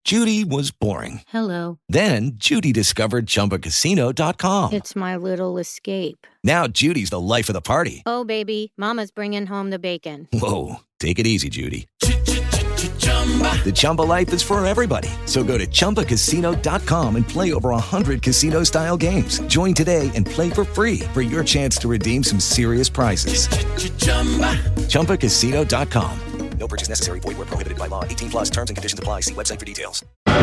Judy was boring. Hello. Then Judy discovered ChumbaCasino.com. It's my little escape. Now Judy's the life of the party. Oh, baby, mama's bringing home the bacon. Whoa, take it easy, Judy. The Chumba life is for everybody. So go to ChumbaCasino.com and play over 100 casino-style games. Join today and play for free for your chance to redeem some serious prizes. ChumbaCasino.com. No purchase necessary. Void where prohibited by law. 18 plus terms and conditions apply. See website for details.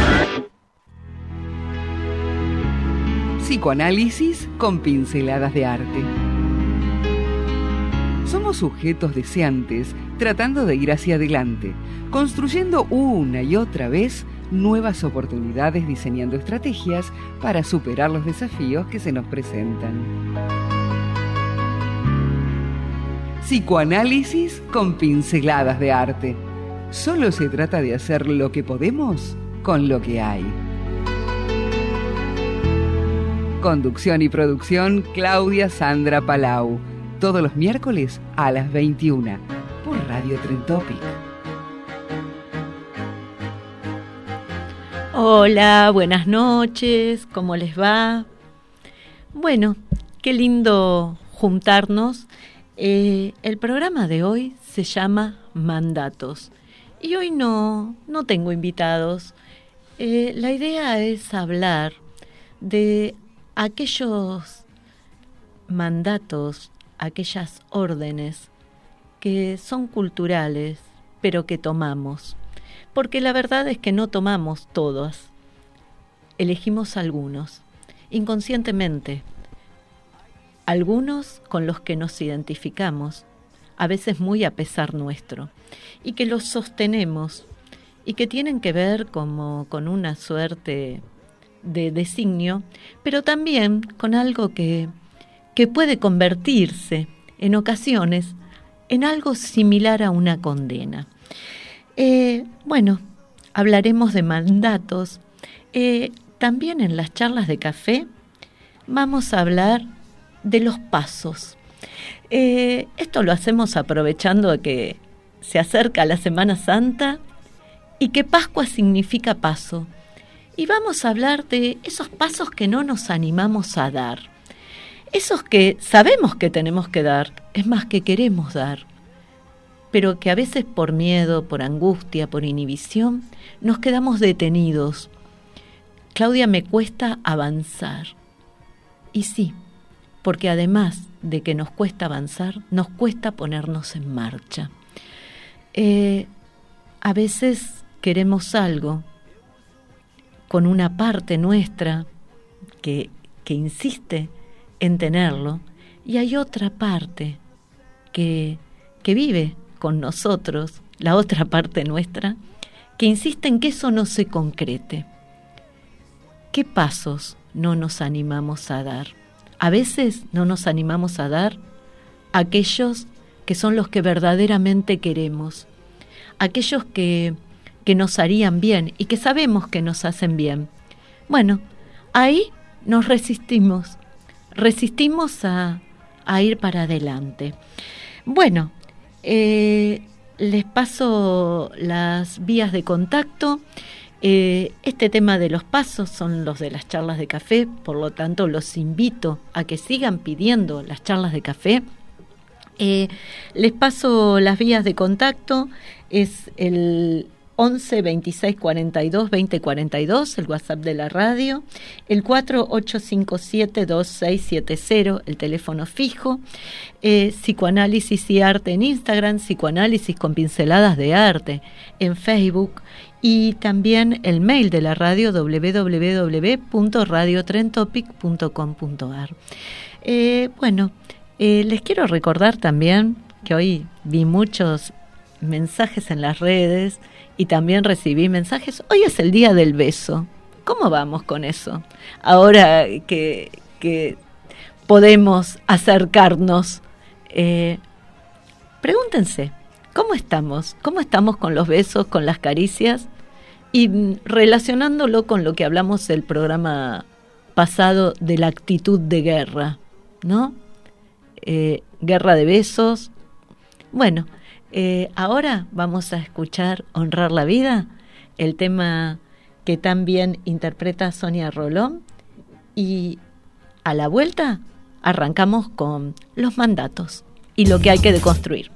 Psicoanálisis con pinceladas de arte. Somos sujetos deseantes tratando de ir hacia adelante, construyendo una y otra vez nuevas oportunidades, diseñando estrategias para superar los desafíos que se nos presentan. Psicoanálisis con pinceladas de arte. Solo se trata de hacer lo que podemos con lo que hay. Conducción y producción, Claudia Sandra Palau. Todos los miércoles a las 21 por Radio Trend Topic. Hola, buenas noches, ¿cómo les va? Bueno, qué lindo juntarnos. El programa de hoy se llama Mandatos y hoy no tengo invitados. La idea es hablar de aquellos mandatos, aquellas órdenes que son culturales, pero que tomamos. Porque la verdad es que no tomamos todas, elegimos algunos, inconscientemente. Algunos con los que nos identificamos, a veces muy a pesar nuestro, y que los sostenemos, y que tienen que ver como con una suerte de designio, pero también con algo que puede convertirse, en ocasiones, en algo similar a una condena. Bueno, hablaremos de mandatos. También en las charlas de café vamos a hablar de los pasos. Esto lo hacemos aprovechando que se acerca la Semana Santa y que Pascua significa paso. Y vamos a hablar de esos pasos que no nos animamos a dar. Esos que sabemos que tenemos que dar, es más que queremos dar, pero que a veces por miedo, por angustia, por inhibición, nos quedamos detenidos. Claudia, me cuesta avanzar. Y sí, porque además de que nos cuesta avanzar, nos cuesta ponernos en marcha. A veces queremos algo con una parte nuestra que insiste en tenerlo, y hay otra parte que vive con nosotros, la otra parte nuestra, que insiste en que eso no se concrete. ¿Qué pasos no nos animamos a dar? A veces no nos animamos a dar aquellos que son los que verdaderamente queremos, aquellos que nos harían bien y que sabemos que nos hacen bien. Bueno, ahí nos resistimos a ir para adelante. Bueno, les paso las vías de contacto. Este tema de los pasos son los de las charlas de café, por lo tanto los invito a que sigan pidiendo las charlas de café. Les paso las vías de contacto, es el 11 26 42 20 42, el WhatsApp de la radio, el 4857 2670, el teléfono fijo, Psicoanálisis y Arte en Instagram, Psicoanálisis con pinceladas de arte en Facebook, y también el mail de la radio www.radiotrentopic.com.ar. Bueno, les quiero recordar también que hoy vi muchos mensajes en las redes y también recibí mensajes. Hoy es el día del beso. ¿Cómo vamos con eso? Ahora que podemos acercarnos, pregúntense, ¿cómo estamos? ¿Cómo estamos con los besos, con las caricias? Y relacionándolo con lo que hablamos el programa pasado de la actitud de guerra, ¿no? Guerra de besos. Bueno, ahora vamos a escuchar Honrar la Vida, el tema que también interpreta Sonia Rolón, y a la vuelta arrancamos con los mandatos y lo que hay que deconstruir.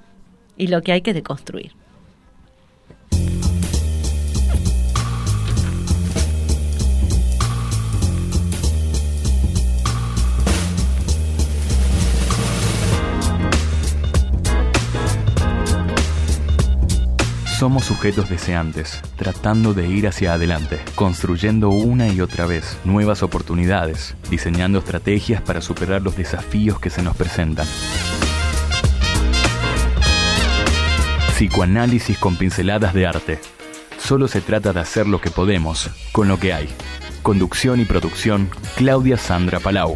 Somos sujetos deseantes, tratando de ir hacia adelante, construyendo una y otra vez nuevas oportunidades, diseñando estrategias para superar los desafíos que se nos presentan. Psicoanálisis con pinceladas de arte. Solo se trata de hacer lo que podemos, con lo que hay. Conducción y producción, Claudia Sandra Palau.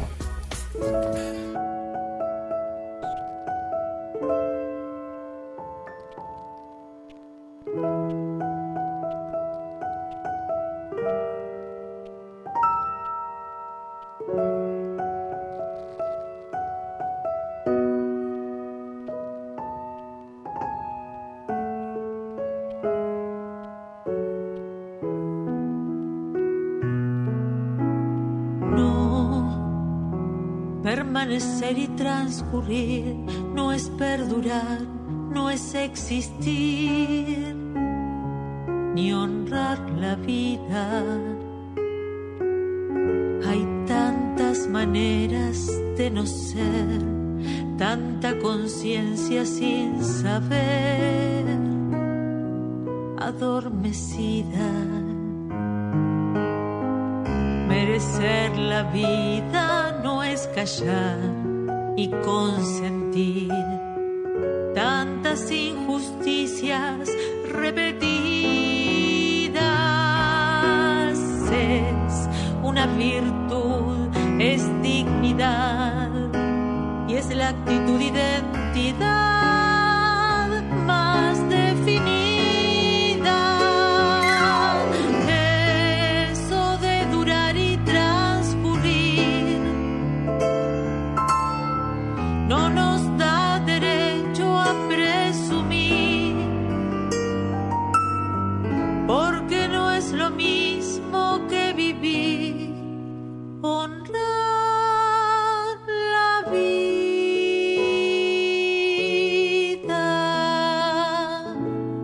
Permanecer y transcurrir no es perdurar, no es existir, ni honrar la vida. Hay tantas maneras de no ser, tanta conciencia sin saber, adormecida. Merecer la vida no es callar y consentir tantas injusticias repetidas. Es una virtud, es dignidad y es la actitud, identidad más definida. Eso de durar y transcurrir no nos da derecho a presumir, porque no es lo mismo que vivir. Honrar la vida.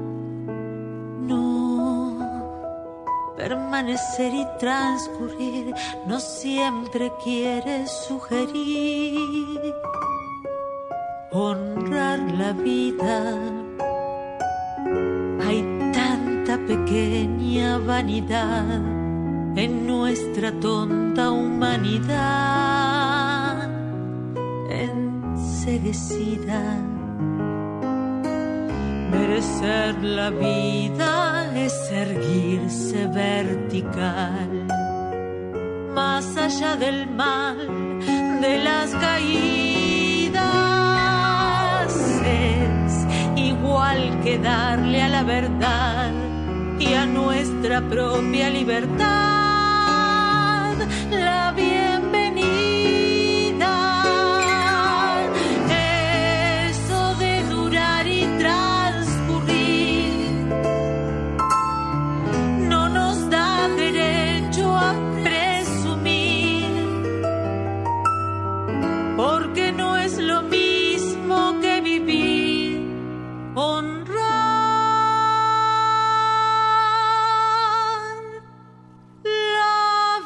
No, permanecer y transcurrir no siempre quiere sugerir. Honrar la vida. Hay tanta pequeña vanidad en nuestra tonta humanidad enceguecida. Merecer la vida es erguirse vertical, más allá del mal, de las caídas. Es igual que darle a la verdad y a nuestra propia libertad la bienvenida. Eso de durar y transcurrir no nos da derecho a presumir, porque no es lo mismo que vivir. Honrar la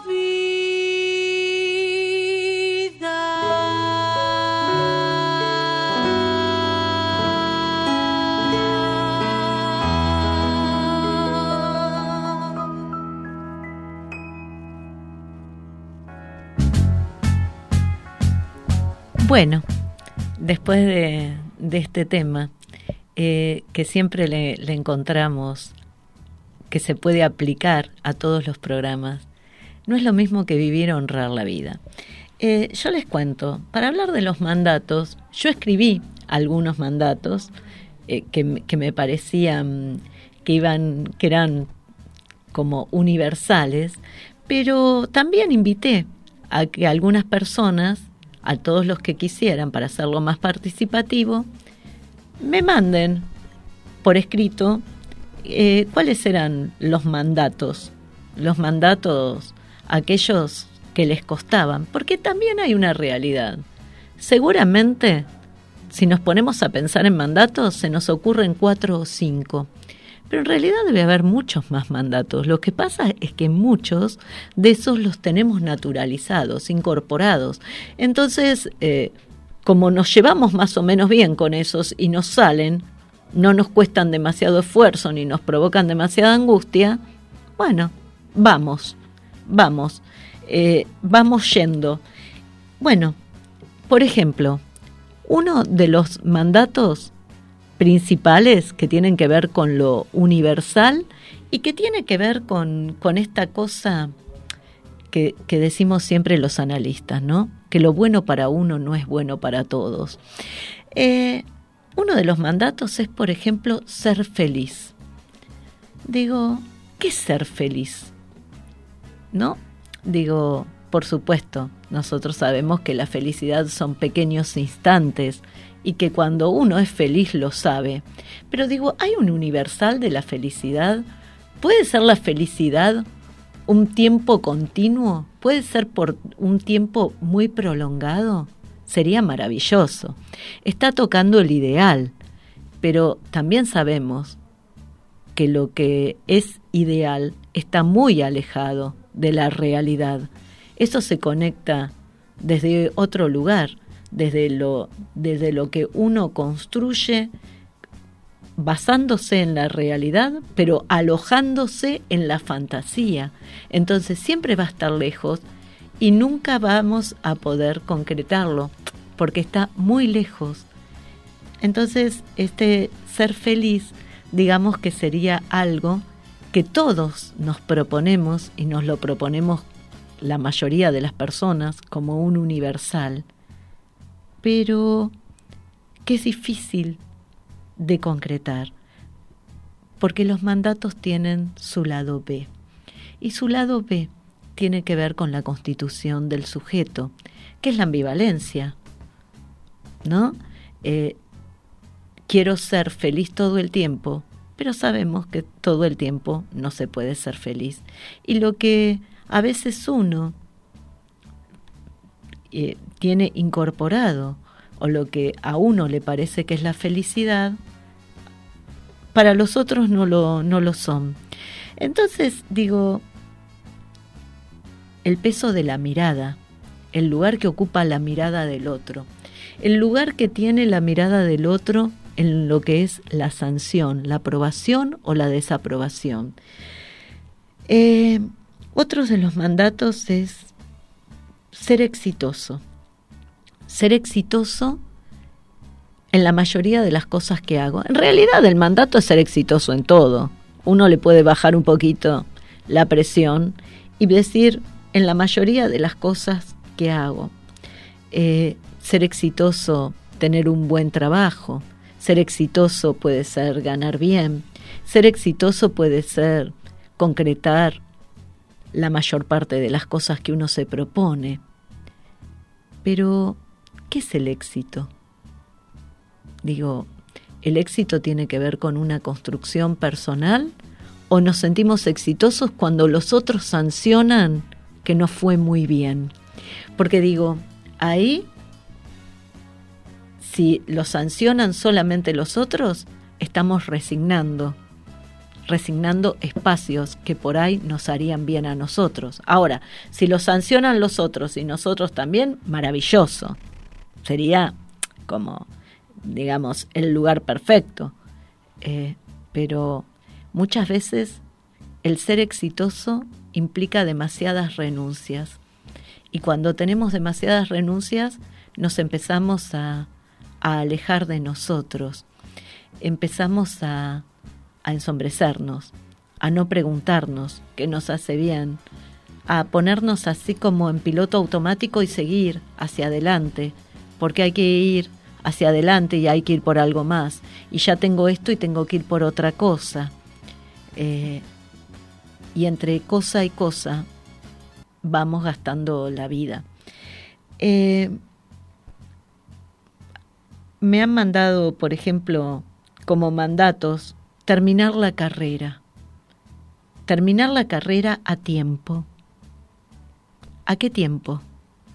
Bueno, después de este tema, que siempre le encontramos que se puede aplicar a todos los programas, no es lo mismo que vivir o honrar la vida. Yo les cuento, para hablar de los mandatos, yo escribí algunos mandatos que me parecían que eran como universales, pero también invité a que algunas personas, a todos los que quisieran, para hacerlo más participativo, me manden por escrito cuáles eran los mandatos los mandatos, aquellos que les costaban, porque también hay una realidad. Seguramente, si nos ponemos a pensar en mandatos, se nos ocurren 4 o 5, pero en realidad debe haber muchos más mandatos. Lo que pasa es que muchos de esos los tenemos naturalizados, incorporados. Entonces, como nos llevamos más o menos bien con esos y nos salen, no nos cuestan demasiado esfuerzo ni nos provocan demasiada angustia, bueno, vamos yendo. Bueno, por ejemplo, uno de los mandatos principales que tienen que ver con lo universal y que tiene que ver con esta cosa que decimos siempre los analistas, ¿no? Que lo bueno para uno no es bueno para todos. Uno de los mandatos es, por ejemplo, ser feliz. Digo, ¿qué es ser feliz? ¿No? Digo, por supuesto, nosotros sabemos que la felicidad son pequeños instantes y que cuando uno es feliz lo sabe. Pero digo, ¿hay un universal de la felicidad? ¿Puede ser la felicidad un tiempo continuo? ¿Puede ser por un tiempo muy prolongado? Sería maravilloso. Está tocando el ideal, pero también sabemos que lo que es ideal está muy alejado de la realidad. Eso se conecta desde otro lugar, desde lo que uno construye basándose en la realidad, pero alojándose en la fantasía. Entonces siempre va a estar lejos y nunca vamos a poder concretarlo, porque está muy lejos. Entonces, este ser feliz, digamos que sería algo que todos nos proponemos, y nos lo proponemos la mayoría de las personas como un universal, pero que es difícil de concretar, porque los mandatos tienen su lado B, y su lado B tiene que ver con la constitución del sujeto, que es la ambivalencia, ¿no? Quiero ser feliz todo el tiempo, pero sabemos que todo el tiempo no se puede ser feliz. Y lo que a veces uno tiene incorporado, o lo que a uno le parece que es la felicidad, para los otros no lo son. Entonces, digo, el peso de la mirada, el lugar que ocupa la mirada del otro, el lugar que tiene la mirada del otro en lo que es la sanción, la aprobación o la desaprobación. Otro de los mandatos es ser exitoso. Ser exitoso en la mayoría de las cosas que hago. En realidad el mandato es ser exitoso en todo. Uno le puede bajar un poquito la presión y decir en la mayoría de las cosas que hago. Ser exitoso, tener un buen trabajo. Ser exitoso puede ser ganar bien. Ser exitoso puede ser concretar la mayor parte de las cosas que uno se propone. Pero, ¿qué es el éxito? Digo, ¿el éxito tiene que ver con una construcción personal? ¿O nos sentimos exitosos cuando los otros sancionan que no fue muy bien? Porque digo, ahí, si lo sancionan solamente los otros, estamos resignando espacios que por ahí nos harían bien a nosotros. Ahora, si lo sancionan los otros y nosotros también, maravilloso. Sería como, digamos, el lugar perfecto. Pero muchas veces el ser exitoso implica demasiadas renuncias. Y cuando tenemos demasiadas renuncias, nos empezamos a alejar de nosotros. Empezamos a ensombrecernos, a no preguntarnos qué nos hace bien, a ponernos así como en piloto automático y seguir hacia adelante, porque hay que ir hacia adelante y hay que ir por algo más, y ya tengo esto y tengo que ir por otra cosa. Y entre cosa y cosa vamos gastando la vida. Me han mandado, por ejemplo, como mandatos, terminar la carrera. terminar la carrera a tiempo. ¿A qué tiempo?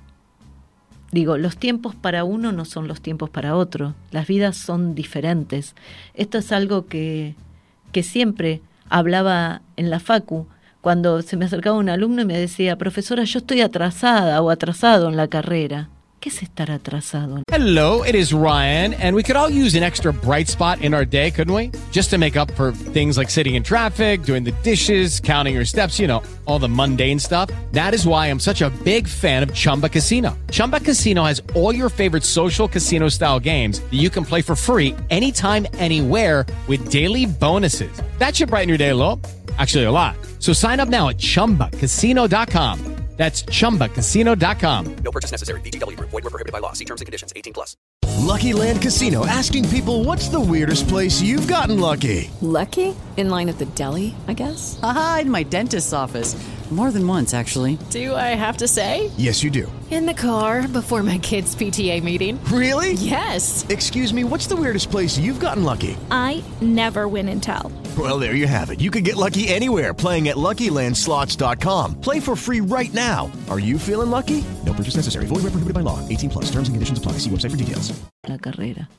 Digo, los tiempos para uno no son los tiempos para otro. Las vidas son diferentes. Esto es algo que siempre hablaba en la facu, cuando se me acercaba un alumno y me decía, profesora, yo estoy atrasada o atrasado en la carrera. ¿Qué es estar atrasado? Hello, it is Ryan, and we could all use an extra bright spot in our day, couldn't we? Just to make up for things like sitting in traffic, doing the dishes, counting your steps, you know, all the mundane stuff. That is why I'm such a big fan of Chumba Casino. Chumba Casino has all your favorite social casino-style games that you can play for free anytime, anywhere with daily bonuses. That should brighten your day a little. Actually, a lot. So sign up now at ChumbaCasino.com. That's ChumbaCasino.com. No purchase necessary. VGW Group. Void where prohibited by law. See terms and conditions. 18+. Lucky Land Casino, asking people, what's the weirdest place you've gotten lucky? Lucky? In line at the deli, I guess? Aha, in my dentist's office. More than once, actually. Do I have to say? Yes, you do. In the car before my kids' PTA meeting. Really? Yes. Excuse me, what's the weirdest place you've gotten lucky? I never win and tell. Well, there you have it. You can get lucky anywhere, playing at LuckyLandSlots.com. Play for free right now. Are you feeling lucky? No purchase necessary. Void where prohibited by law. 18+. Terms and conditions apply. See website for details. La carrera.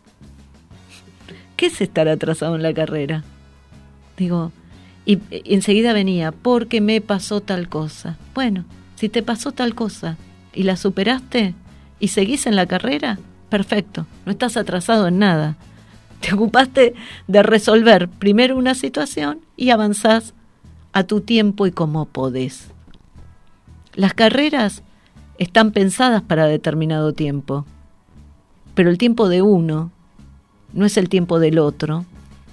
¿Qué es estar atrasado en la carrera? Digo, y enseguida venía, porque me pasó tal cosa. Bueno, si te pasó tal cosa y la superaste y seguís en la carrera, perfecto, no estás atrasado en nada. Te ocupaste de resolver primero una situación y avanzás a tu tiempo y como podés. Las carreras están pensadas para determinado tiempo, pero el tiempo de uno no es el tiempo del otro.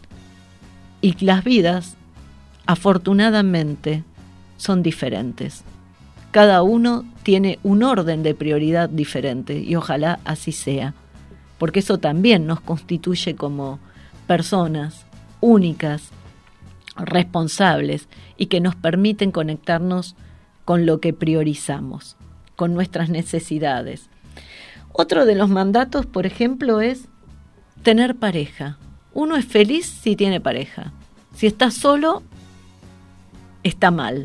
Y las vidas, afortunadamente, son diferentes. Cada uno tiene un orden de prioridad diferente y ojalá así sea, porque eso también nos constituye como personas únicas, responsables y que nos permiten conectarnos con lo que priorizamos, con nuestras necesidades. Otro de los mandatos, por ejemplo, es tener pareja. Uno es feliz si tiene pareja. Si está solo, está mal.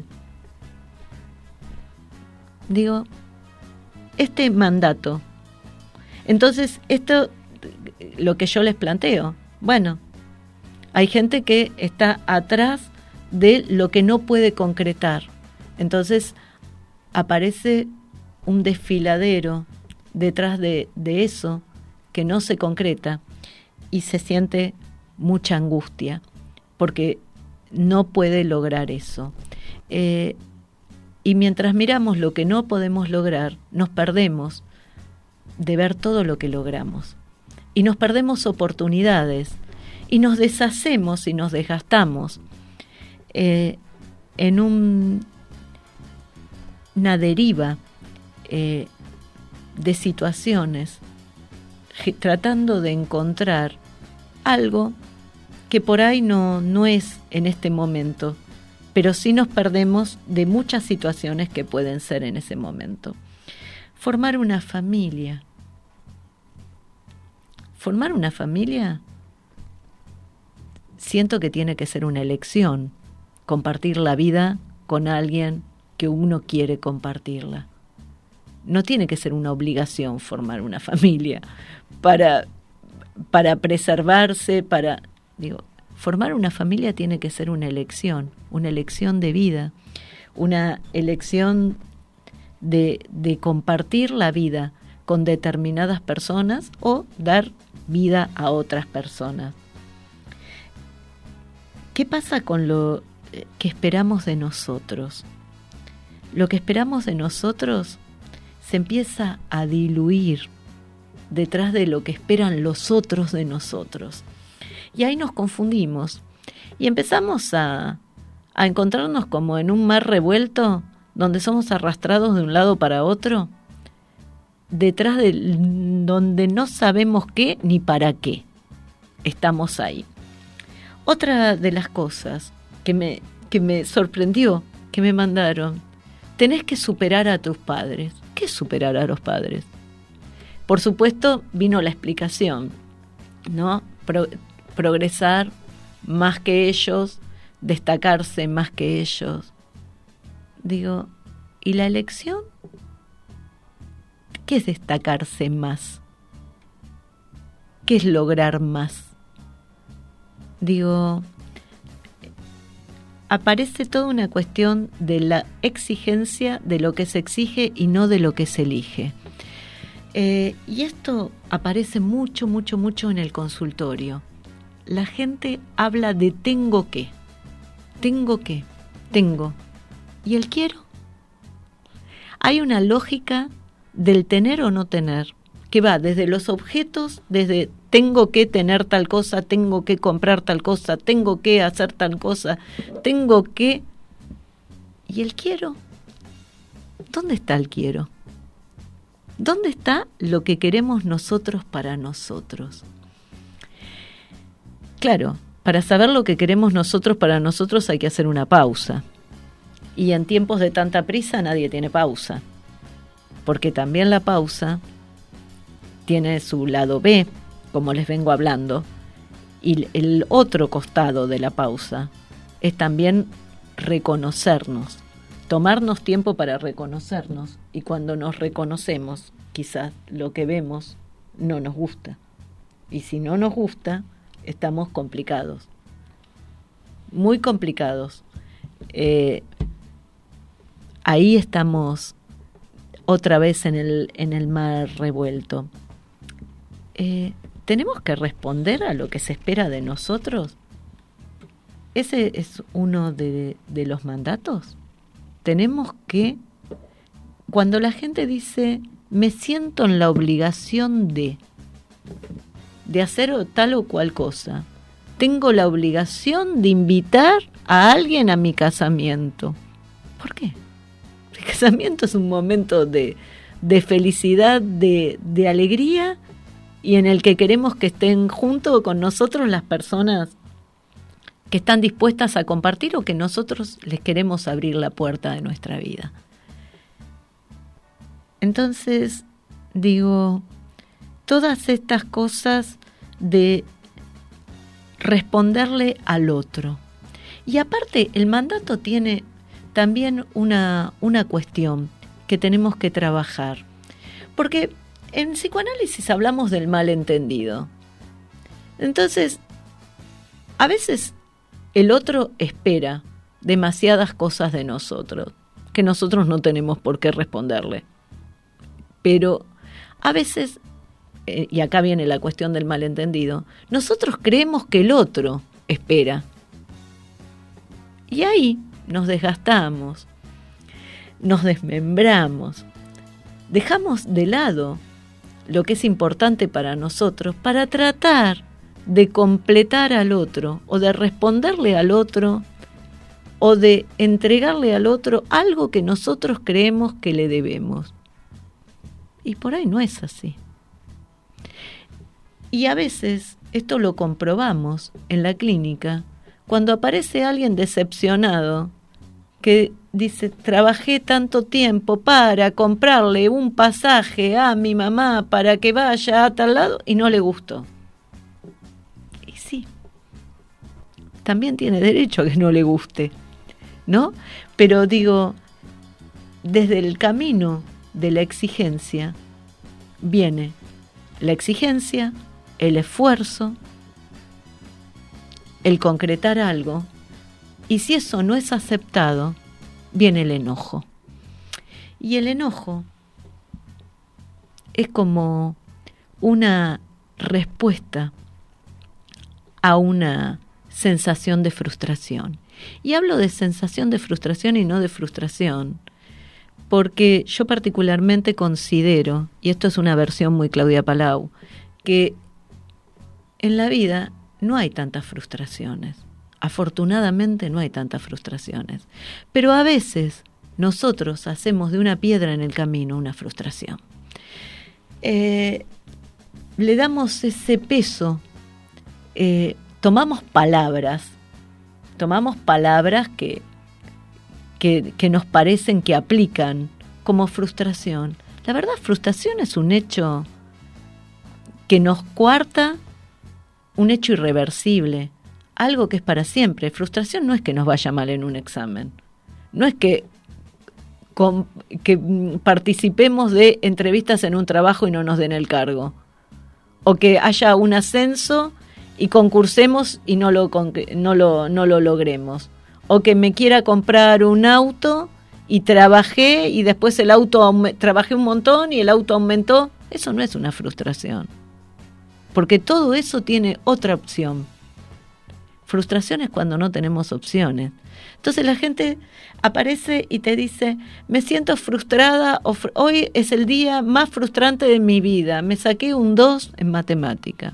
Digo, este mandato. Entonces, esto, lo que yo les planteo. Bueno, hay gente que está atrás de lo que no puede concretar. Entonces, aparece un desfiladero detrás de eso que no se concreta y se siente mucha angustia porque no puede lograr eso. Y mientras miramos lo que no podemos lograr, nos perdemos de ver todo lo que logramos. Y nos perdemos oportunidades y nos deshacemos y nos desgastamos en una deriva de situaciones, tratando de encontrar algo que por ahí no es en este momento, pero sí nos perdemos de muchas situaciones que pueden ser en ese momento. Formar una familia. Formar una familia, siento que tiene que ser una elección, compartir la vida con alguien que uno quiere compartirla. No tiene que ser una obligación formar una familia para preservarse, formar una familia tiene que ser una elección de vida, una elección de compartir la vida con determinadas personas o dar vida a otras personas. ¿Qué pasa con lo que esperamos de nosotros? Lo que esperamos de nosotros se empieza a diluir detrás de lo que esperan los otros de nosotros. Y ahí nos confundimos y empezamos a encontrarnos como en un mar revuelto donde somos arrastrados de un lado para otro, detrás de donde no sabemos qué ni para qué estamos ahí. Otra de las cosas que me sorprendió, que me mandaron, tenés que superar a tus padres. ¿Qué es superar a los padres? Por supuesto, vino la explicación, ¿no? Progresar más que ellos, destacarse más que ellos. Digo, ¿y la elección? ¿Qué es destacarse más? ¿Qué es lograr más? Digo, aparece toda una cuestión de la exigencia de lo que se exige y no de lo que se elige. Y esto aparece mucho en el consultorio. La gente habla de tengo que. ¿Y el quiero? Hay una lógica del tener o no tener, que va desde los objetos, desde tengo que tener tal cosa, tengo que comprar tal cosa, tengo que hacer tal cosa, tengo que... ¿Y el quiero? ¿Dónde está el quiero? ¿Dónde está lo que queremos nosotros para nosotros? Claro, para saber lo que queremos nosotros para nosotros hay que hacer una pausa. Y en tiempos de tanta prisa nadie tiene pausa. Porque también la pausa tiene su lado B, como les vengo hablando. Y el otro costado de la pausa es también reconocernos. Tomarnos tiempo para reconocernos, y cuando nos reconocemos, quizás lo que vemos no nos gusta. Y si no nos gusta, estamos complicados. Muy complicados. Ahí estamos otra vez en el mar revuelto. ¿Tenemos que responder a lo que se espera de nosotros? ¿Ese es uno de los mandatos? Tenemos que, cuando la gente dice, me siento en la obligación de hacer tal o cual cosa, tengo la obligación de invitar a alguien a mi casamiento. ¿Por qué? El casamiento es un momento de felicidad, de alegría, y en el que queremos que estén junto con nosotros las personas que están dispuestas a compartir o que nosotros les queremos abrir la puerta de nuestra vida. Entonces, digo, todas estas cosas de responderle al otro. Y aparte, el mandato tiene también una cuestión que tenemos que trabajar. Porque en psicoanálisis hablamos del malentendido. Entonces, a veces el otro espera demasiadas cosas de nosotros, que nosotros no tenemos por qué responderle. Pero a veces, y acá viene la cuestión del malentendido, nosotros creemos que el otro espera. Y ahí nos desgastamos, nos desmembramos, dejamos de lado lo que es importante para nosotros para tratar de completar al otro, o de responderle al otro, o de entregarle al otro algo que nosotros creemos que le debemos. Y por ahí no es así. Y a veces esto lo comprobamos en la clínica, cuando aparece alguien decepcionado que dice, trabajé tanto tiempo para comprarle un pasaje a mi mamá para que vaya a tal lado y no le gustó. Y sí, también tiene derecho a que no le guste, ¿no? Pero digo, desde el camino de la exigencia viene la exigencia, el esfuerzo, el concretar algo, y si eso no es aceptado, viene el enojo. Y el enojo es como una respuesta a una sensación de frustración. Y hablo de sensación de frustración y no de frustración, porque yo particularmente considero, y esto es una versión muy Claudia Palau, que en la vida no hay tantas frustraciones. Afortunadamente no hay tantas frustraciones. Pero a veces nosotros hacemos de una piedra en el camino una frustración. Le damos ese peso, tomamos palabras que nos parecen que aplican como frustración. La verdad, frustración es un hecho que nos coarta, un hecho irreversible algo que es para siempre. Frustración no es que nos vaya mal en un examen. No es que participemos de entrevistas en un trabajo y no nos den el cargo. O que haya un ascenso y concursemos y no lo logremos. O que me quiera comprar un auto y trabajé y después trabajé un montón y el auto aumentó. Eso no es una frustración. Porque todo eso tiene otra opción. Frustración es cuando no tenemos opciones. Entonces la gente aparece y te dice, me siento frustrada, hoy es el día más frustrante de mi vida, me saqué un 2 en matemática.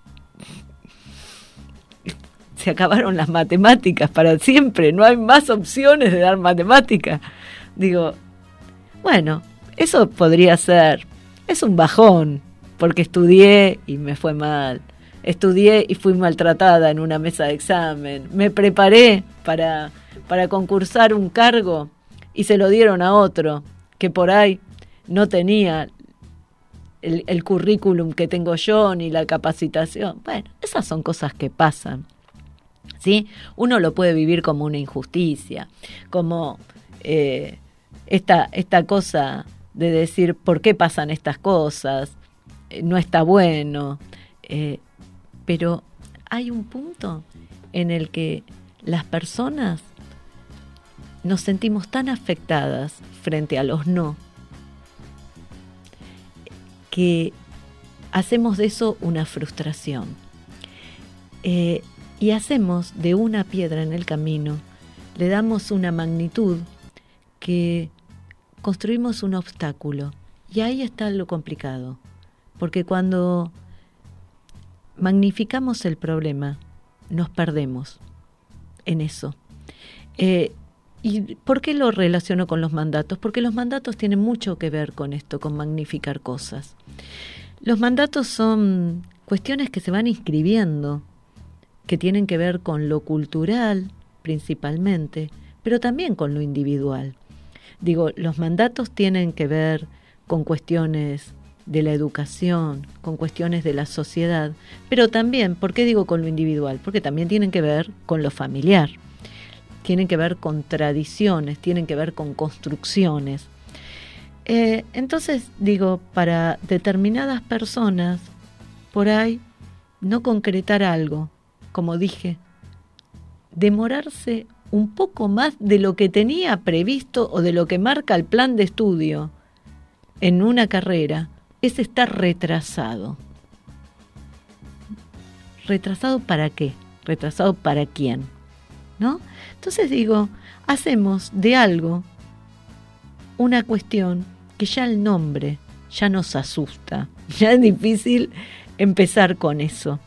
Se acabaron las matemáticas para siempre, no hay más opciones de dar matemática. Digo, bueno, eso podría ser, es un bajón, porque estudié y me fue mal. Estudié y fui maltratada en una mesa de examen. Me preparé para concursar un cargo y se lo dieron a otro que por ahí no tenía el currículum que tengo yo ni la capacitación. Bueno, esas son cosas que pasan, ¿sí? Uno lo puede vivir como una injusticia, como esta cosa de decir ¿por qué pasan estas cosas? No está bueno. Pero hay un punto en el que las personas nos sentimos tan afectadas frente a los no, que hacemos de eso una frustración. Y hacemos de una piedra en el camino, le damos una magnitud que construimos un obstáculo. Y ahí está lo complicado, porque cuando magnificamos el problema, nos perdemos en eso. ¿Y por qué lo relaciono con los mandatos? Porque los mandatos tienen mucho que ver con esto, con magnificar cosas. Los mandatos son cuestiones que se van inscribiendo, que tienen que ver con lo cultural principalmente, pero también con lo individual. Digo, los mandatos tienen que ver con cuestiones de la educación, con cuestiones de la sociedad, pero también, ¿por qué digo con lo individual? Porque también tienen que ver con lo familiar, tienen que ver con tradiciones, tienen que ver con construcciones. Entonces, digo, para determinadas personas, por ahí, no concretar algo, como dije, demorarse un poco más de lo que tenía previsto o de lo que marca el plan de estudio en una carrera, es estar retrasado. ¿Retrasado para qué? ¿Retrasado para quién? ¿No? Entonces digo, hacemos de algo una cuestión que ya el nombre ya nos asusta. Ya es difícil empezar con eso.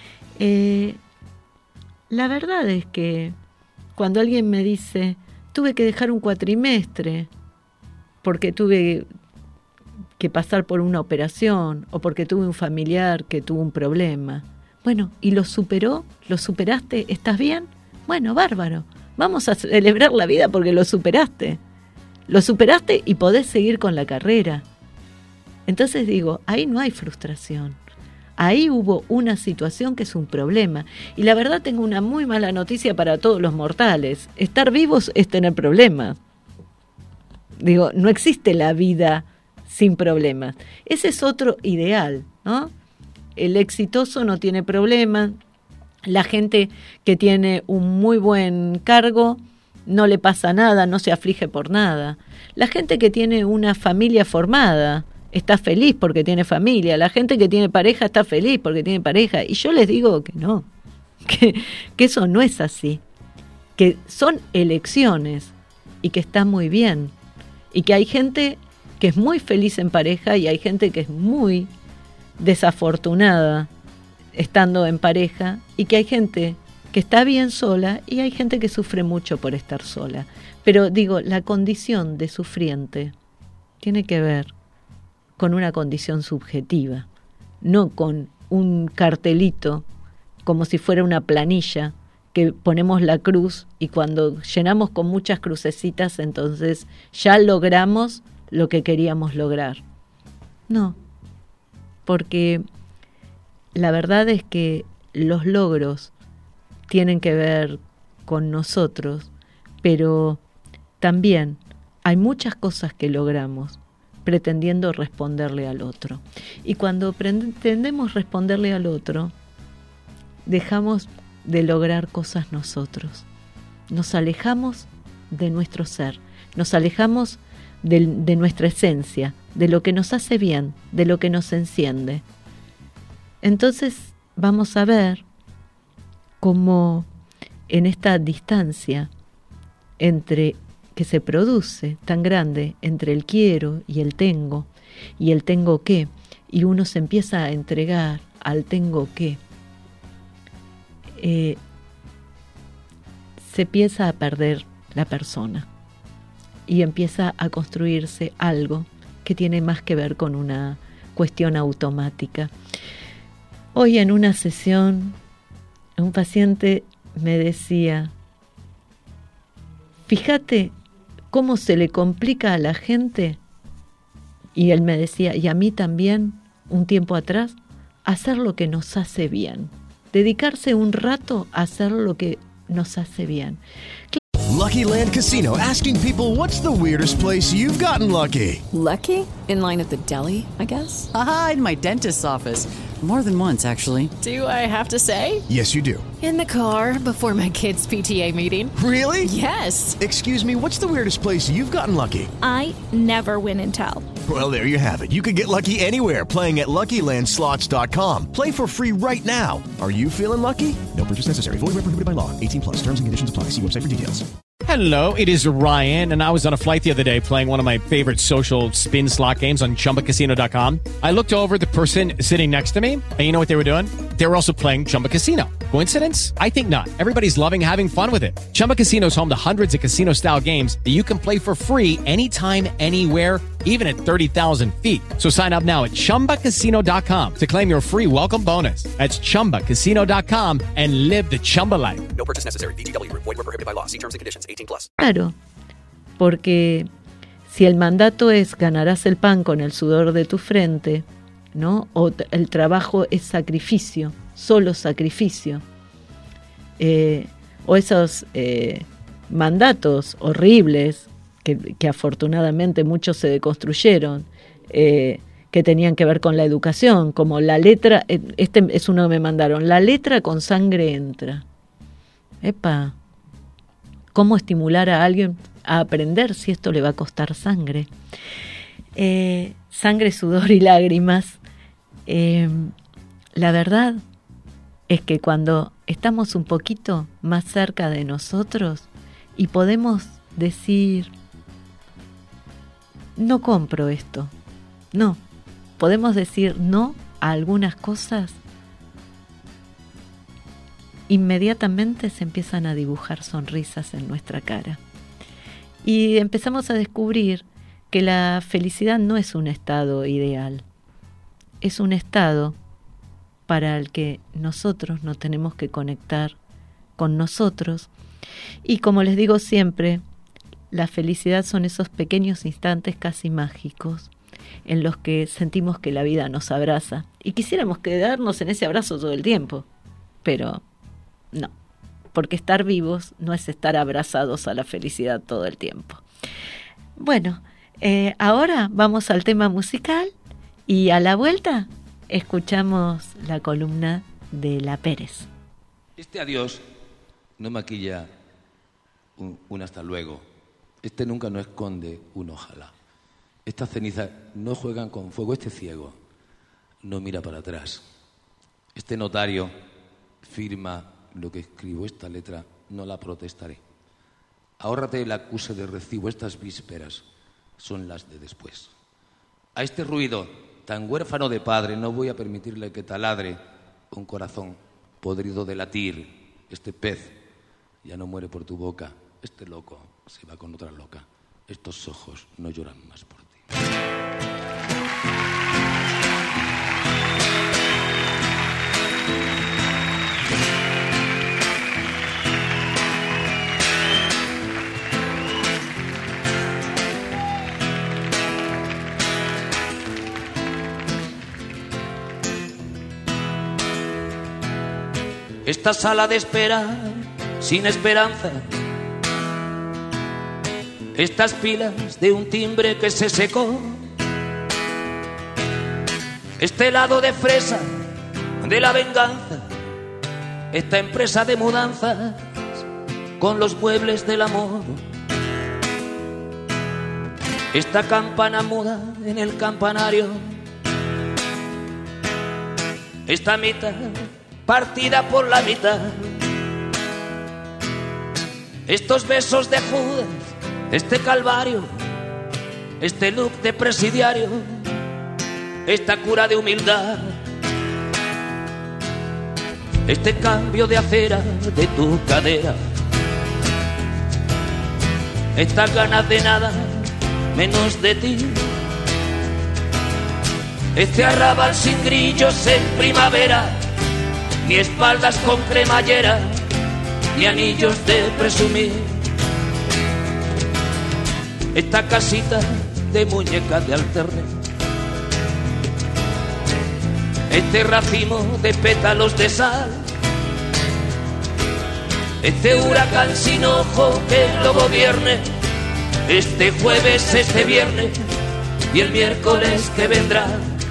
La verdad es que cuando alguien me dice, tuve que dejar un cuatrimestre porque tuve que pasar por una operación o porque tuve un familiar que tuvo un problema. Bueno, ¿y lo superó? ¿Lo superaste? ¿Estás bien? Bueno, bárbaro. Vamos a celebrar la vida porque lo superaste. Lo superaste y podés seguir con la carrera. Entonces digo, ahí no hay frustración. Ahí hubo una situación que es un problema. Y la verdad tengo una muy mala noticia para todos los mortales. Estar vivos es tener problemas. Digo, no existe la vida sin problemas. Ese es otro ideal, ¿no? El exitoso no tiene problemas. La gente que tiene un muy buen cargo no le pasa nada, no se aflige por nada. La gente que tiene una familia formada está feliz porque tiene familia. La gente que tiene pareja está feliz porque tiene pareja. Y yo les digo que no, que eso no es así. Que son elecciones y que está muy bien. Y que hay gente que es muy feliz en pareja y hay gente que es muy desafortunada estando en pareja y que hay gente que está bien sola y hay gente que sufre mucho por estar sola. Pero digo, la condición de sufriente tiene que ver con una condición subjetiva, no con un cartelito como si fuera una planilla que ponemos la cruz y cuando llenamos con muchas crucecitas entonces ya logramos lo que queríamos lograr. No, porque la verdad es que los logros tienen que ver con nosotros, pero también hay muchas cosas que logramos pretendiendo responderle al otro. Y cuando pretendemos responderle al otro, dejamos de lograr cosas nosotros. Nos alejamos de nuestro ser, nos alejamos de nuestra esencia, de lo que nos hace bien, de lo que nos enciende. Entonces vamos a ver cómo en esta distancia que se produce tan grande entre el quiero y el tengo qué, y uno se empieza a entregar al tengo qué, se empieza a perder la persona y empieza a construirse algo que tiene más que ver con una cuestión automática. Hoy en una sesión, un paciente me decía, fíjate cómo se le complica a la gente, y él me decía, y a mí también, un tiempo atrás, hacer lo que nos hace bien, dedicarse un rato a hacer lo que nos hace bien. Lucky Land Casino, asking people, what's the weirdest place you've gotten lucky? Lucky? In line at the deli, I guess? Aha, in my dentist's office. More than once, actually. Do I have to say? Yes, you do. In the car before my kids' PTA meeting. Really? Yes. Excuse me, what's the weirdest place you've gotten lucky? I never win and tell. Well, there you have it. You can get lucky anywhere, playing at LuckyLandSlots.com. Play for free right now. Are you feeling lucky? No purchase necessary. Void where prohibited by law. 18+. Terms and conditions apply. See website for details. Hello, it is Ryan, and I was on a flight the other day playing one of my favorite social spin slot games on ChumbaCasino.com. I looked over at the person sitting next to me, and you know what they were doing? They were also playing Chumba Casino. Coincidence? I think not. Everybody's loving having fun with it. Chumba Casino is home to hundreds of casino-style games that you can play for free anytime, anywhere, even at 30,000 feet. So sign up now at ChumbaCasino.com to claim your free welcome bonus. That's ChumbaCasino.com and live the Chumba life. No purchase necessary. VGW. Void where prohibited by law. See terms and conditions. 18+. Claro, porque si el mandato es ganarás el pan con el sudor de tu frente, ¿no? O el trabajo es sacrificio, solo sacrificio, o esos mandatos horribles que afortunadamente muchos se deconstruyeron, que tenían que ver con la educación, como la letra, este es uno que me mandaron, la letra con sangre entra. Epa, ¿cómo estimular a alguien a aprender si esto le va a costar sangre? Sangre, sudor y lágrimas. La verdad es que cuando estamos un poquito más cerca de nosotros y podemos decir, no compro esto, no, podemos decir no a algunas cosas, inmediatamente se empiezan a dibujar sonrisas en nuestra cara. Y empezamos a descubrir que la felicidad no es un estado ideal, es un estado para el que nosotros nos tenemos que conectar con nosotros. Y como les digo siempre, la felicidad son esos pequeños instantes casi mágicos en los que sentimos que la vida nos abraza. Y quisiéramos quedarnos en ese abrazo todo el tiempo, pero no, porque estar vivos no es estar abrazados a la felicidad todo el tiempo. Bueno, ahora vamos al tema musical y a la vuelta escuchamos la columna de La Pérez. Este adiós no maquilla un hasta luego. Este nunca no esconde un ojalá. Estas cenizas no juegan con fuego. Este ciego no mira para atrás. Este notario firma lo que escribo. Esta letra no la protestaré. Ahórrate el acuse de recibo. Estas vísperas son las de después. A este ruido tan huérfano de padre no voy a permitirle que taladre un corazón podrido de latir. Este pez ya no muere por tu boca. Este loco se va con otra loca. Estos ojos no lloran más por ti. esta sala de espera sin esperanza, estas pilas de un timbre que se secó, este helado de fresa de la venganza, esta empresa de mudanzas con los muebles del amor, esta campana muda en el campanario, esta mitad partida por la mitad, estos besos de Judas, este calvario, este look de presidiario, esta cura de humildad, este cambio de acera de tu cadera, estas ganas de nada menos de ti, este arrabal sin grillos en primavera, ni espaldas con cremallera, ni anillos de presumir, esta casita de muñecas de alterne, este racimo de pétalos de sal, este huracán sin ojo que lo gobierne, este jueves, este viernes y el miércoles que vendrá.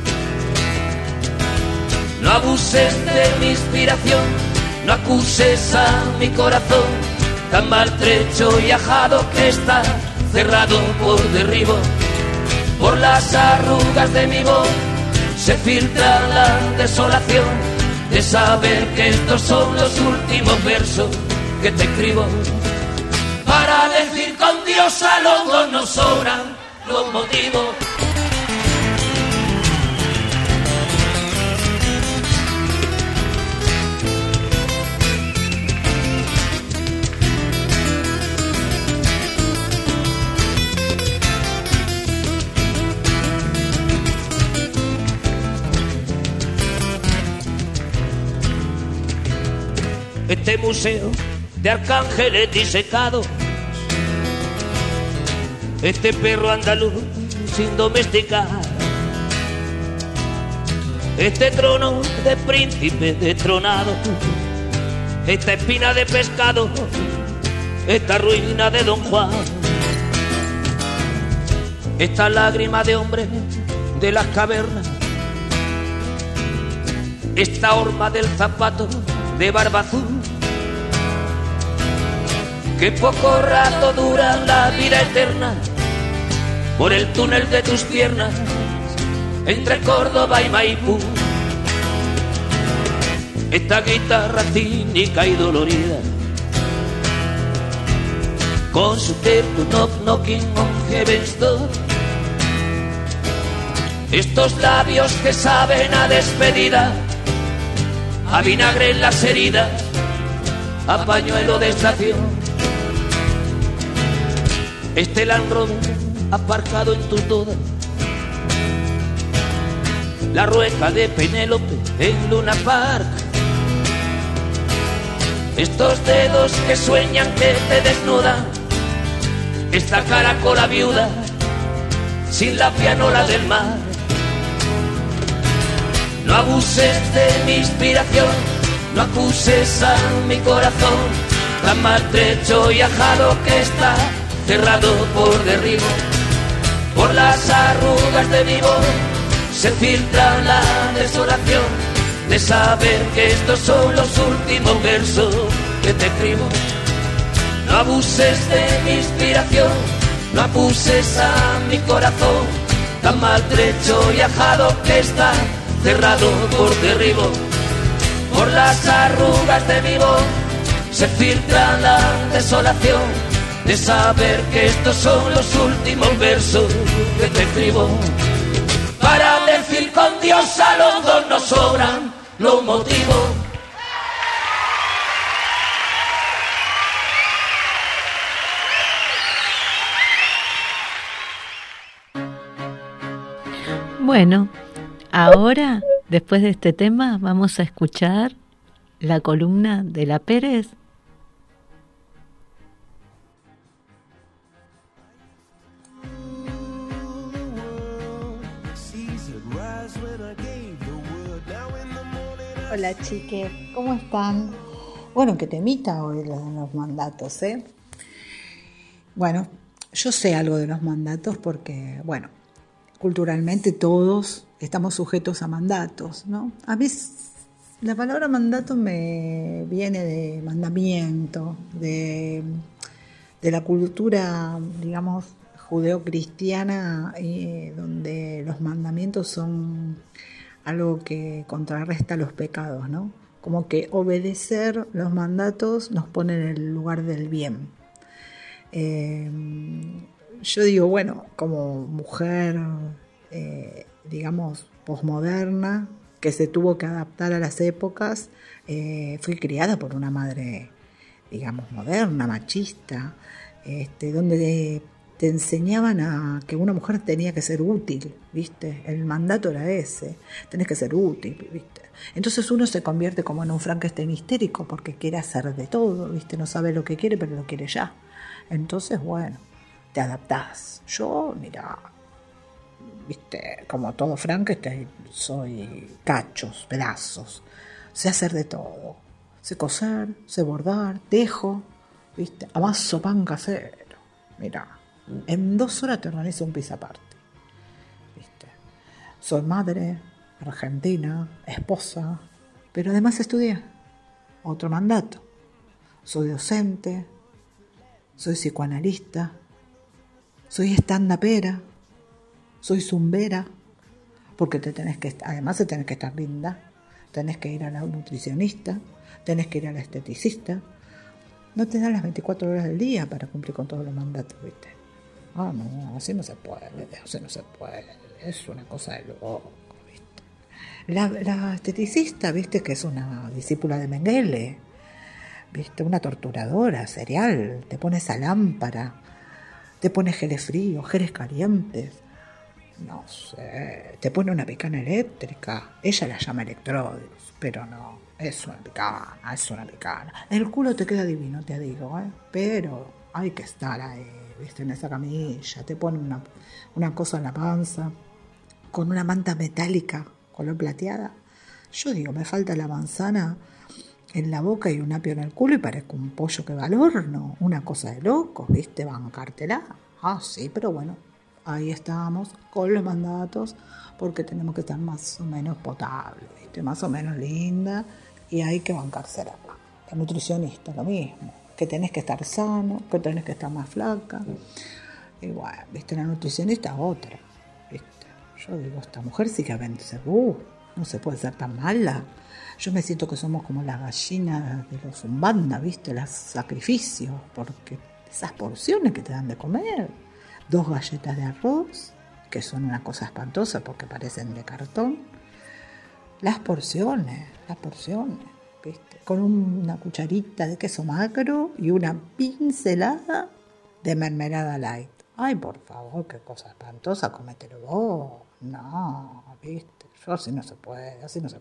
No abuses de mi inspiración, no acuses a mi corazón, tan maltrecho y ajado que está cerrado por derribo. Por las arrugas de mi voz se filtra la desolación de saber que estos son los últimos versos que te escribo. Para decir con Dios a los dos nos sobran los motivos. Este museo de arcángeles disecados, este perro andaluz sin domesticar, este trono de príncipe destronado, esta espina de pescado, esta ruina de Don Juan, esta lágrima de hombre de las cavernas, esta horma del zapato de barba azul, que poco rato dura la vida eterna, por el túnel de tus piernas, entre Córdoba y Maipú. Esta guitarra cínica y dolorida, con su tempo knock knocking on heaven's door, estos labios que saben a despedida, a vinagre en las heridas, a pañuelo de estación. Este Land Rover aparcado en tu toda, la rueca de Penélope en Luna Park, estos dedos que sueñan que te desnudan, esta caracola viuda sin la pianola del mar. No abuses de mi inspiración, no acuses a mi corazón, tan maltrecho y ajado que está cerrado por derribo. Por las arrugas de mi voz se filtra la desolación de saber que estos son los últimos versos que te escribo. No abuses de mi inspiración, no abuses a mi corazón, tan maltrecho y ajado que está cerrado por derribo. Por las arrugas de mi voz se filtra la desolación de saber que estos son los últimos versos que te escribo. Para decir con Dios a los dos nos sobran los motivos. Bueno, ahora, después de este tema, vamos a escuchar la columna de La Pérez. Hola chiques, ¿cómo están? Bueno, qué temita hoy los mandatos, ¿eh? Bueno, yo sé algo de los mandatos porque, bueno, culturalmente todos estamos sujetos a mandatos, ¿no? A mí la palabra mandato me viene de mandamiento, de la cultura, digamos, judeocristiana, donde los mandamientos son algo que contrarresta los pecados, ¿no? Como que obedecer los mandatos nos pone en el lugar del bien. Yo digo, bueno, como mujer, digamos, posmoderna, que se tuvo que adaptar a las épocas, fui criada por una madre, digamos, moderna, machista, donde te enseñaban a que una mujer tenía que ser útil, ¿viste? El mandato era ese, tenés que ser útil, ¿viste? Entonces uno se convierte como en un Frankenstein histérico porque quiere hacer de todo, ¿viste? No sabe lo que quiere, pero lo quiere ya. Entonces, bueno, te adaptás. Yo, mira, ¿viste? Como todo Frankenstein, soy cachos, pedazos. Sé hacer de todo. Sé coser, sé bordar, tejo, ¿viste? Amaso pan casero. Mira, en 2 horas te organizo un pisaparty, ¿viste? Soy madre, argentina, esposa, pero además estudié. Otro mandato. Soy docente, soy psicoanalista, soy stand-upera, soy zumbera, porque además te tenés que estar linda, tenés que ir a la nutricionista, tenés que ir a la esteticista. No te dan las 24 horas del día para cumplir con todos los mandatos, ¿viste? Ah, no, así no se puede, es una cosa de loco, ¿viste? La esteticista, ¿viste? Que es una discípula de Mengele, ¿viste? Una torturadora serial, te pone esa lámpara, te pone geles fríos, geles calientes, no sé, te pone una picana eléctrica, ella la llama electrodos, pero no, es una picana. El culo te queda divino, te digo, pero hay que estar ahí, ¿viste? En esa camilla, te pone una cosa en la panza, con una manta metálica, color plateada. Yo digo, me falta la manzana en la boca y un apio en el culo y parezco un pollo que va al horno, una cosa de locos, ¿viste? Bancártela. Ah, sí, pero bueno, ahí estamos con los mandatos porque tenemos que estar más o menos potable, ¿viste? Más o menos linda y hay que bancársela. La nutricionista, lo mismo, que tenés que estar sano, que tenés que estar más flaca. Y bueno, ¿viste? La nutricionista otra, ¿viste? Yo digo, esta mujer sí que vence, no se puede ser tan mala. Yo me siento que somos como las gallinas de los Umbanda, ¿viste? Los sacrificios, porque esas porciones que te dan de comer, 2 galletas de arroz, que son una cosa espantosa porque parecen de cartón, las porciones, ¿viste? Con una cucharita de queso magro y una pincelada de mermelada light. Ay, por favor, qué cosa espantosa, cómetelo vos. No, ¿viste? Yo así no se puede.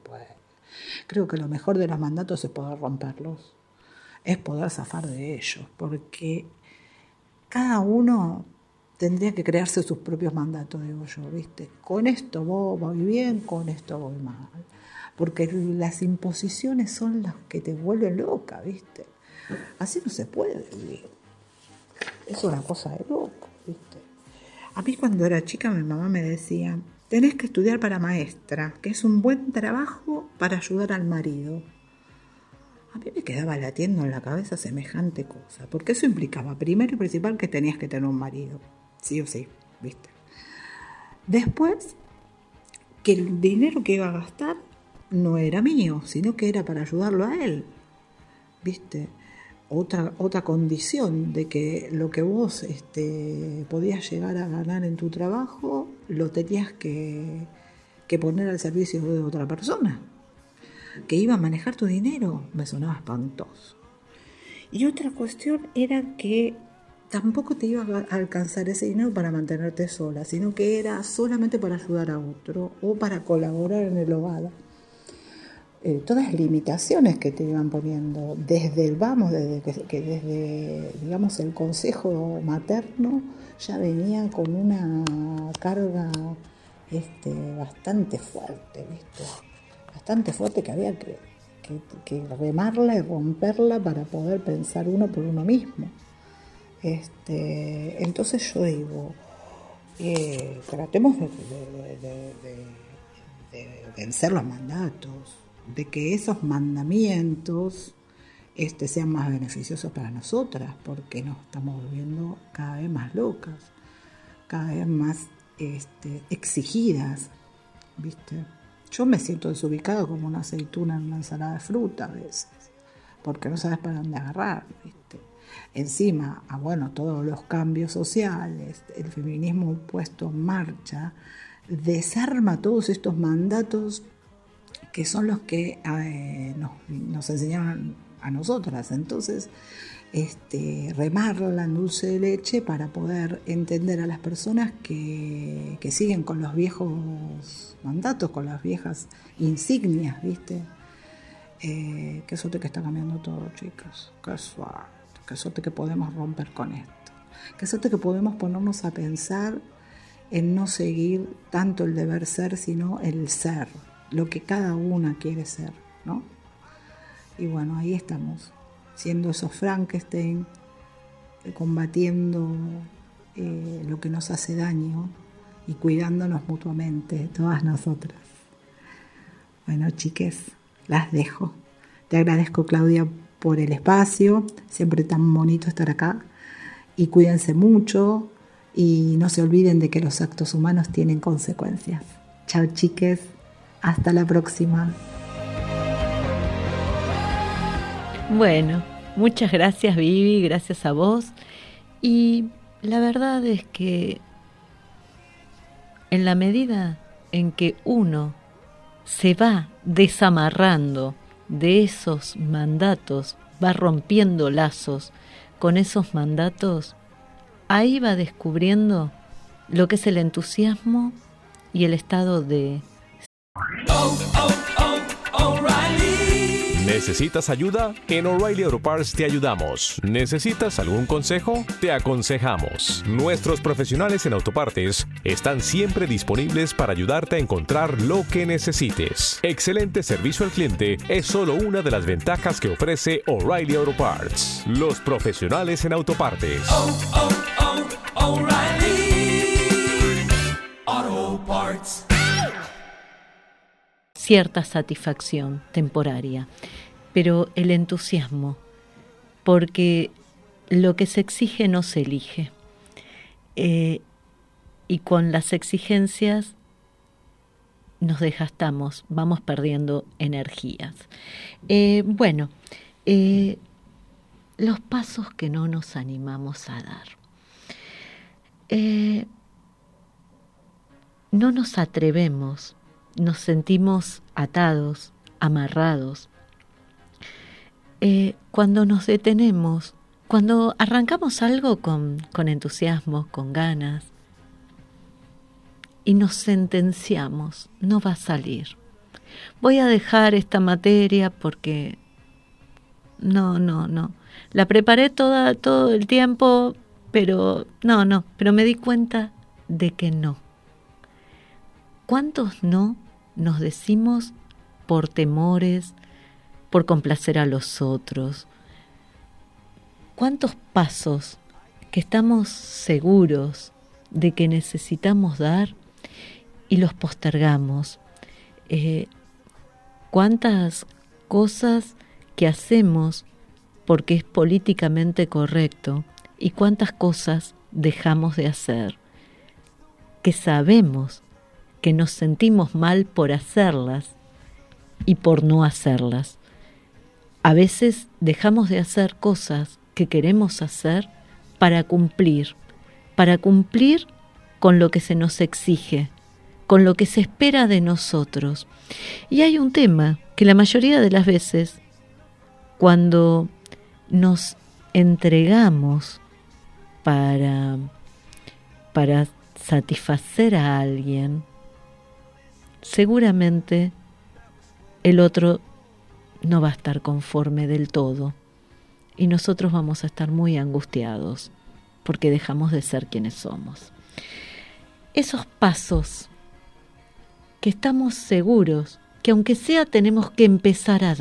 Creo que lo mejor de los mandatos es poder romperlos, es poder zafar de ellos, porque cada uno tendría que crearse sus propios mandatos, digo yo, ¿viste? Con esto voy bien, con esto voy mal. Porque las imposiciones son las que te vuelven loca, ¿viste? Así no se puede vivir. Es una cosa de loco, ¿viste? A mí cuando era chica mi mamá me decía, tenés que estudiar para maestra, que es un buen trabajo para ayudar al marido. A mí me quedaba latiendo en la cabeza semejante cosa, porque eso implicaba, primero y principal, que tenías que tener un marido, sí o sí, ¿viste? Después, que el dinero que iba a gastar no era mío, sino que era para ayudarlo a él, ¿viste? Otra condición de que lo que vos podías llegar a ganar en tu trabajo lo tenías que poner al servicio de otra persona que iba a manejar tu dinero. Me sonaba espantoso. Y otra cuestión era que tampoco te iba a alcanzar ese dinero para mantenerte sola, sino que era solamente para ayudar a otro o para colaborar en el hogar. Todas las limitaciones que te iban poniendo desde digamos el consejo materno ya venía con una carga bastante fuerte, ¿viste? Bastante fuerte que había que que remarla y romperla para poder pensar uno por uno mismo. Entonces yo digo, tratemos de vencer los mandatos, de que esos mandamientos sean más beneficiosos para nosotras, porque nos estamos volviendo cada vez más locas, cada vez más exigidas, ¿viste? Yo me siento desubicada como una aceituna en una ensalada de fruta a veces, porque no sabes para dónde agarrar, ¿viste? Encima, todos los cambios sociales, el feminismo puesto en marcha, desarma todos estos mandatos que son los que nos enseñaron a nosotras. Entonces, remarla en dulce de leche para poder entender a las personas que siguen con los viejos mandatos, con las viejas insignias, ¿viste? Qué suerte que está cambiando todo, chicos. Qué suerte. Qué suerte que podemos romper con esto. Qué suerte que podemos ponernos a pensar en no seguir tanto el deber ser, sino el ser, lo que cada una quiere ser, ¿no? Y bueno, ahí estamos, siendo esos Frankenstein, combatiendo lo que nos hace daño y cuidándonos mutuamente, todas nosotras. Bueno, chiques, las dejo. Te agradezco, Claudia, por el espacio, siempre tan bonito estar acá, y cuídense mucho y no se olviden de que los actos humanos tienen consecuencias. Chao, chiques, hasta la próxima. Bueno, muchas gracias, Vivi, gracias a vos, y la verdad es que en la medida en que uno se va desamarrando de esos mandatos, va rompiendo lazos con esos mandatos, ahí va descubriendo lo que es el entusiasmo y el estado de... ¿Necesitas ayuda? En O'Reilly Auto Parts te ayudamos. ¿Necesitas algún consejo? Te aconsejamos. Nuestros profesionales en autopartes están siempre disponibles para ayudarte a encontrar lo que necesites. Excelente servicio al cliente es solo una de las ventajas que ofrece O'Reilly Auto Parts. Los profesionales en autopartes. O'Reilly Auto Parts. Cierta satisfacción temporaria, pero el entusiasmo, porque lo que se exige no se elige, y con las exigencias nos desgastamos, vamos perdiendo energías. Los pasos que no nos animamos a dar. No nos atrevemos, nos sentimos atados, amarrados. Cuando nos detenemos, cuando arrancamos algo con entusiasmo, con ganas, y nos sentenciamos, no va a salir. Voy a dejar esta materia porque no. La preparé todo el tiempo, pero pero me di cuenta de que no. ¿Cuántos no nos decimos por temores, por complacer a los otros? ¿Cuántos pasos que estamos seguros de que necesitamos dar y los postergamos? ¿Cuántas cosas que hacemos porque es políticamente correcto y cuántas cosas dejamos de hacer que sabemos que nos sentimos mal por hacerlas y por no hacerlas? A veces dejamos de hacer cosas que queremos hacer para cumplir con lo que se nos exige, con lo que se espera de nosotros. Y hay un tema que la mayoría de las veces, cuando nos entregamos para satisfacer a alguien, seguramente el otro no va a estar conforme del todo y nosotros vamos a estar muy angustiados porque dejamos de ser quienes somos. Esos pasos que estamos seguros que aunque sea tenemos que empezar a dar,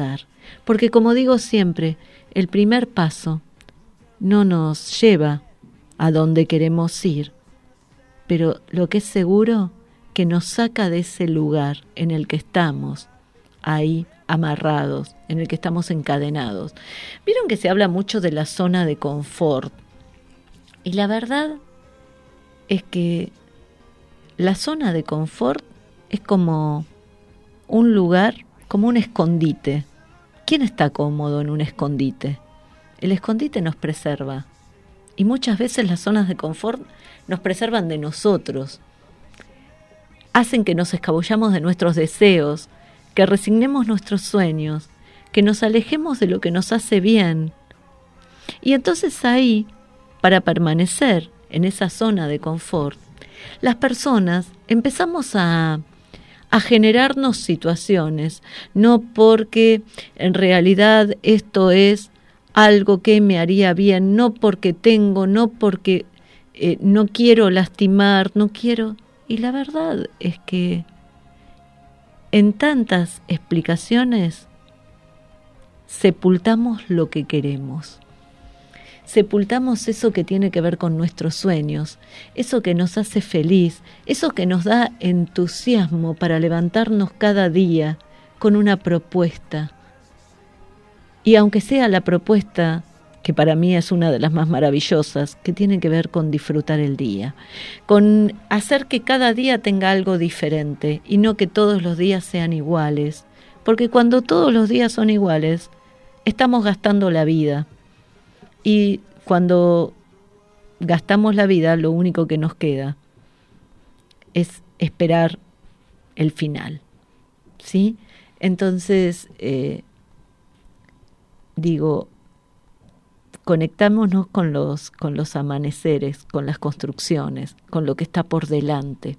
Porque como digo siempre, el primer paso no nos lleva a donde queremos ir, pero lo que es seguro que nos saca de ese lugar en el que estamos ahí amarrados, en el que estamos encadenados. Vieron que se habla mucho de la zona de confort, y la verdad es que la zona de confort es como un lugar, como un escondite. ¿Quién está cómodo en un escondite? El escondite nos preserva, y muchas veces las zonas de confort nos preservan de nosotros, hacen que nos escabullamos de nuestros deseos, que resignemos nuestros sueños, que nos alejemos de lo que nos hace bien. Y entonces ahí, para permanecer en esa zona de confort, las personas empezamos a generarnos situaciones, no porque en realidad esto es algo que me haría bien, no porque tengo, no porque no quiero lastimar, no quiero. Y la verdad es que en tantas explicaciones sepultamos lo que queremos. Sepultamos eso que tiene que ver con nuestros sueños, eso que nos hace feliz, eso que nos da entusiasmo para levantarnos cada día con una propuesta. Y aunque sea la propuesta, que para mí es una de las más maravillosas, que tiene que ver con disfrutar el día, con hacer que cada día tenga algo diferente y no que todos los días sean iguales, porque cuando todos los días son iguales, estamos gastando la vida. Y cuando gastamos la vida, lo único que nos queda es esperar el final, ¿sí? Entonces, conectámonos con los amaneceres, con las construcciones, con lo que está por delante,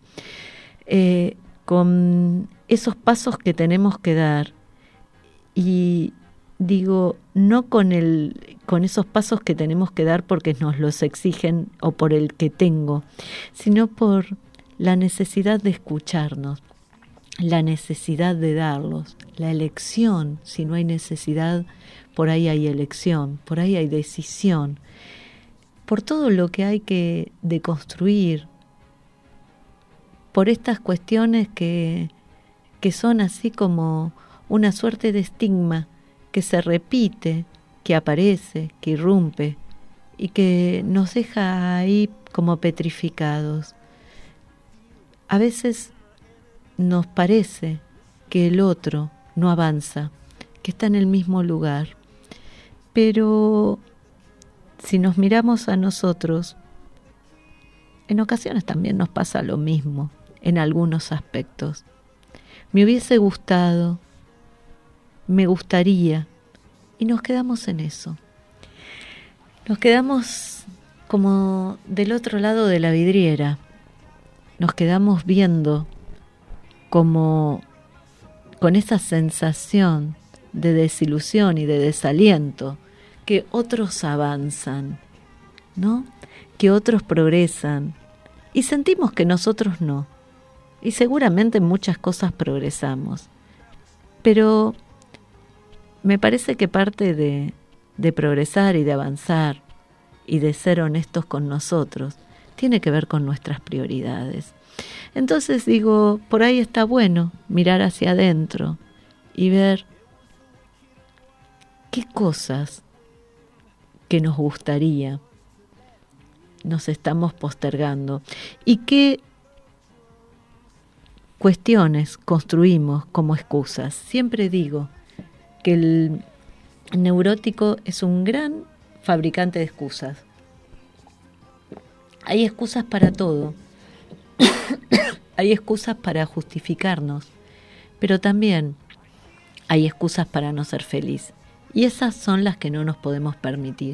con esos pasos que tenemos que dar. Y no con esos pasos que tenemos que dar porque nos los exigen o por el que tengo, sino por la necesidad de escucharnos, la necesidad de darlos, la elección. Si no hay necesidad, por ahí hay elección, por ahí hay decisión, por todo lo que hay que deconstruir, por estas cuestiones que son así como una suerte de estigma que se repite, que aparece, que irrumpe y que nos deja ahí como petrificados. A veces nos parece que el otro no avanza, que está en el mismo lugar, pero si nos miramos a nosotros, en ocasiones también nos pasa lo mismo en algunos aspectos. Me hubiese gustado, me gustaría, y nos quedamos en eso. Nos quedamos como del otro lado de la vidriera, nos quedamos viendo como con esa sensación de desilusión y de desaliento, que otros avanzan, ¿no? Que otros progresan, y sentimos que nosotros no, y seguramente en muchas cosas progresamos, pero me parece que parte de progresar y de avanzar y de ser honestos con nosotros tiene que ver con nuestras prioridades. Entonces por ahí está bueno mirar hacia adentro y ver qué cosas que nos gustaría nos estamos postergando y qué cuestiones construimos como excusas. Siempre digo que el neurótico es un gran fabricante de excusas. Hay excusas para todo. Hay excusas para justificarnos, pero también hay excusas para no ser feliz. Y esas son las que no nos podemos permitir.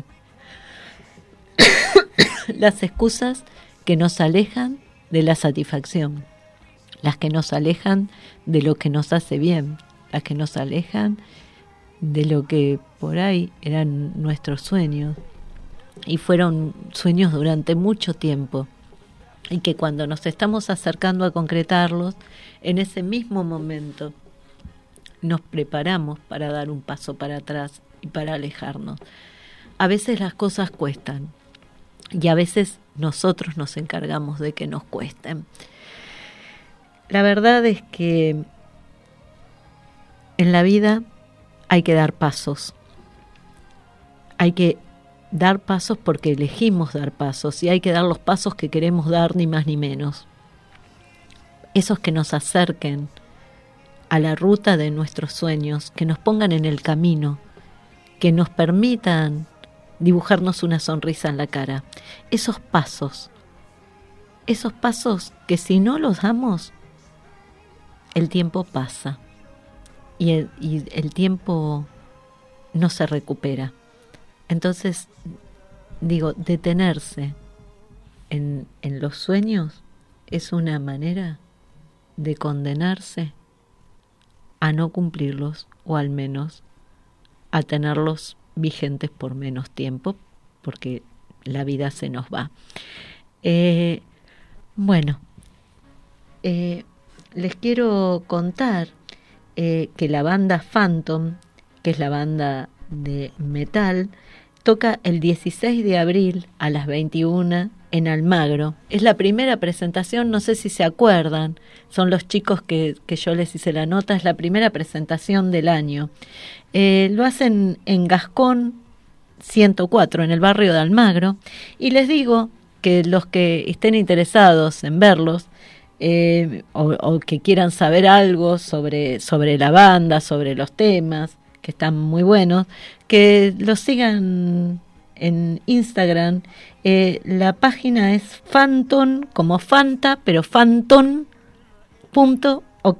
Las excusas que nos alejan de la satisfacción, las que nos alejan de lo que nos hace bien, las que nos alejan de lo que por ahí eran nuestros sueños y fueron sueños durante mucho tiempo, y que cuando nos estamos acercando a concretarlos, en ese mismo momento nos preparamos para dar un paso para atrás y para alejarnos. A veces las cosas cuestan y a veces nosotros nos encargamos de que nos cuesten. La verdad es que en la vida hay que dar pasos. Hay que dar pasos porque elegimos dar pasos y hay que dar los pasos que queremos dar, ni más ni menos. Esos que nos acerquen a la ruta de nuestros sueños, que nos pongan en el camino, que nos permitan dibujarnos una sonrisa en la cara. Esos pasos que si no los damos, el tiempo pasa y el tiempo no se recupera. Entonces, digo, detenerse en los sueños es una manera de condenarse a no cumplirlos, o al menos a tenerlos vigentes por menos tiempo, porque la vida se nos va. Les quiero contar que la banda Phantom, que es la banda de metal, toca el 16 de abril a las 21 en Almagro. Es la primera presentación, no sé si se acuerdan, son los chicos que yo les hice la nota, es la primera presentación del año. Lo hacen en Gascón 104, en el barrio de Almagro, y les digo que los que estén interesados en verlos, o que quieran saber algo sobre la banda, sobre los temas, que están muy buenos, que los sigan en Instagram. La página es Phantom, como Fanta, pero Phantom.ok.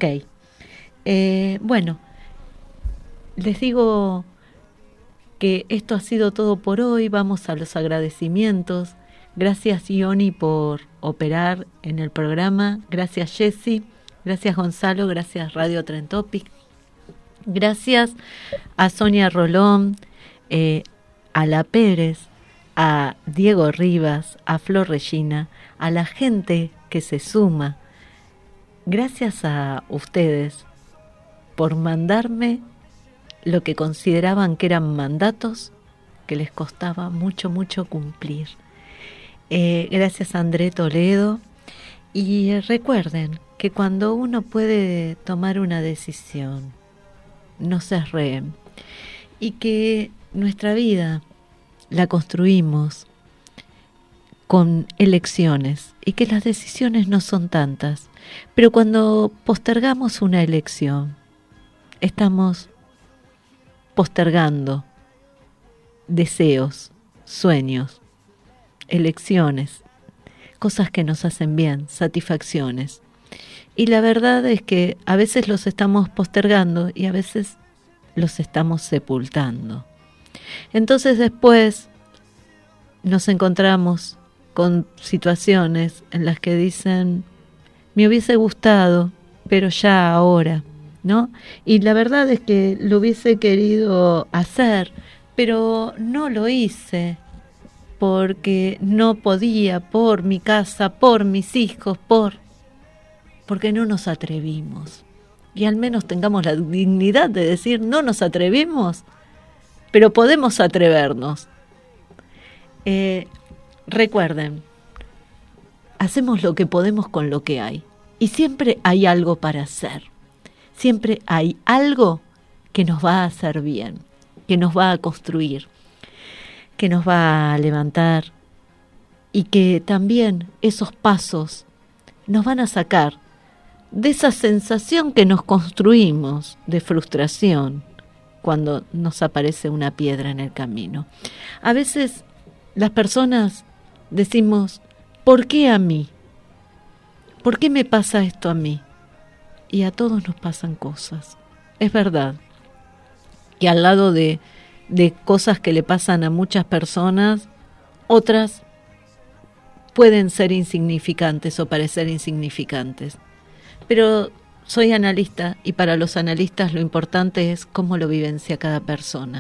Les digo que esto ha sido todo por hoy. Vamos a los agradecimientos. Gracias, Ioni, por operar en el programa. Gracias, Jessy. Gracias, Gonzalo. Gracias, Radio Trend Topic. Gracias a Sonia Rolón, a La Pérez, a Diego Rivas, a Flor Regina, a la gente que se suma. Gracias a ustedes por mandarme lo que consideraban que eran mandatos que les costaba mucho, mucho cumplir. Gracias a André Toledo. Y recuerden que cuando uno puede tomar una decisión, no se reen, y que nuestra vida la construimos con elecciones y que las decisiones no son tantas, pero cuando postergamos una elección, estamos postergando deseos, sueños, elecciones, cosas que nos hacen bien, satisfacciones. Y la verdad es que a veces los estamos postergando y a veces los estamos sepultando. Entonces después nos encontramos con situaciones en las que dicen, me hubiese gustado, pero ya ahora, ¿no? Y la verdad es que lo hubiese querido hacer, pero no lo hice porque no podía, por mi casa, por mis hijos, porque no nos atrevimos. Y al menos tengamos la dignidad de decir, no nos atrevimos, pero podemos atrevernos. Recuerden, hacemos lo que podemos con lo que hay. Y siempre hay algo para hacer. Siempre hay algo que nos va a hacer bien, que nos va a construir, que nos va a levantar, y que también esos pasos nos van a sacar de esa sensación que nos construimos de frustración cuando nos aparece una piedra en el camino. A veces las personas decimos, ¿por qué a mí? ¿Por qué me pasa esto a mí? Y a todos nos pasan cosas. Es verdad que al lado de cosas que le pasan a muchas personas, otras pueden ser insignificantes o parecer insignificantes. Pero soy analista y para los analistas lo importante es cómo lo vivencia cada persona.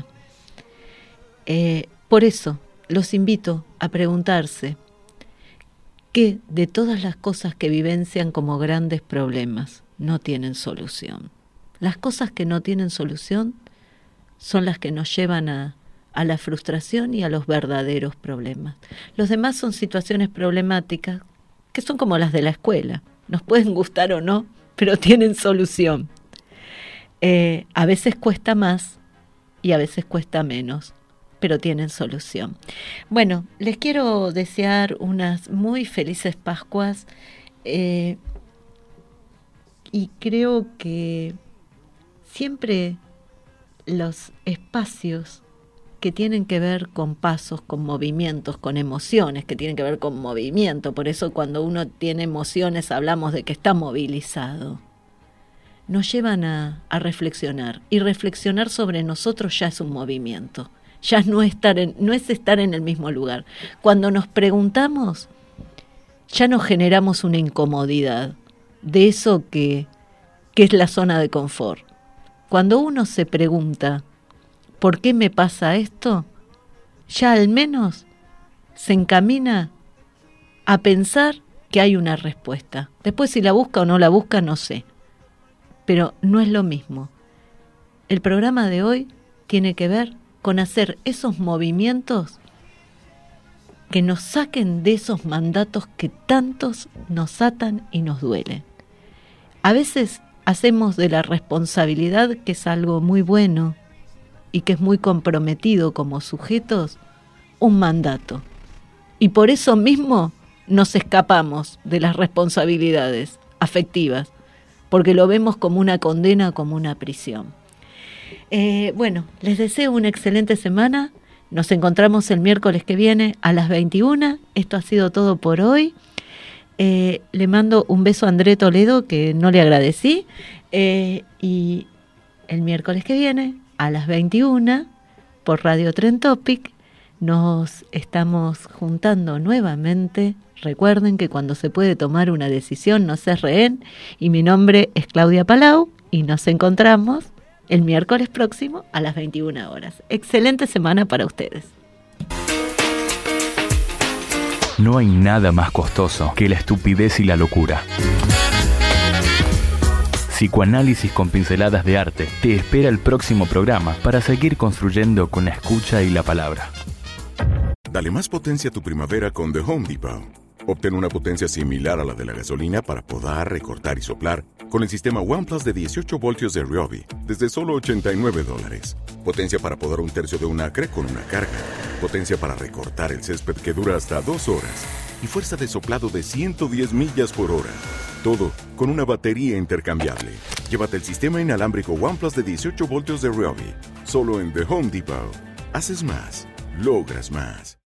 Por eso los invito a preguntarse qué de todas las cosas que vivencian como grandes problemas no tienen solución. Las cosas que no tienen solución son las que nos llevan a la frustración y a los verdaderos problemas. Los demás son situaciones problemáticas que son como las de la escuela. Nos pueden gustar o no, pero tienen solución. A veces cuesta más y a veces cuesta menos, pero tienen solución. Bueno, les quiero desear unas muy felices Pascuas y creo que siempre los espacios que tienen que ver con pasos, con movimientos, con emociones, que tienen que ver con movimiento, por eso cuando uno tiene emociones hablamos de que está movilizado, nos llevan a reflexionar, y reflexionar sobre nosotros ya es un movimiento, ya no es estar en el mismo lugar. Cuando nos preguntamos, ya nos generamos una incomodidad de eso que es la zona de confort. Cuando uno se pregunta, ¿por qué me pasa esto? Ya al menos se encamina a pensar que hay una respuesta. Después si la busca o no la busca, no sé. Pero no es lo mismo. El programa de hoy tiene que ver con hacer esos movimientos que nos saquen de esos mandatos que tantos nos atan y nos duelen. A veces hacemos de la responsabilidad, que es algo muy bueno y que es muy comprometido como sujetos, un mandato. Y por eso mismo nos escapamos de las responsabilidades afectivas, porque lo vemos como una condena, como una prisión. Bueno, les deseo una excelente semana. Nos encontramos el miércoles que viene a las 21. Esto ha sido todo por hoy. Le mando un beso a André Toledo, que no le agradecí. Y el miércoles que viene a las 21 por Radio Trend Topic nos estamos juntando nuevamente. Recuerden que cuando se puede tomar una decisión no se es rehén, y mi nombre es Claudia Palau y nos encontramos el miércoles próximo a las 21 horas. Excelente semana para ustedes. No hay nada más costoso que la estupidez y la locura. Psicoanálisis con pinceladas de arte te espera el próximo programa para seguir construyendo con la escucha y la palabra. Dale más potencia a tu primavera con The Home Depot. Obtén una potencia similar a la de la gasolina para podar, recortar y soplar con el sistema OnePlus de 18 voltios de Ryobi desde solo $89. Potencia para podar 1/3 de un acre con una carga. Potencia para recortar el césped que dura hasta 2 horas. Y fuerza de soplado de 110 millas por hora. Todo con una batería intercambiable. Llévate el sistema inalámbrico OnePlus de 18 voltios de Ryobi. Solo en The Home Depot. Haces más. Logras más.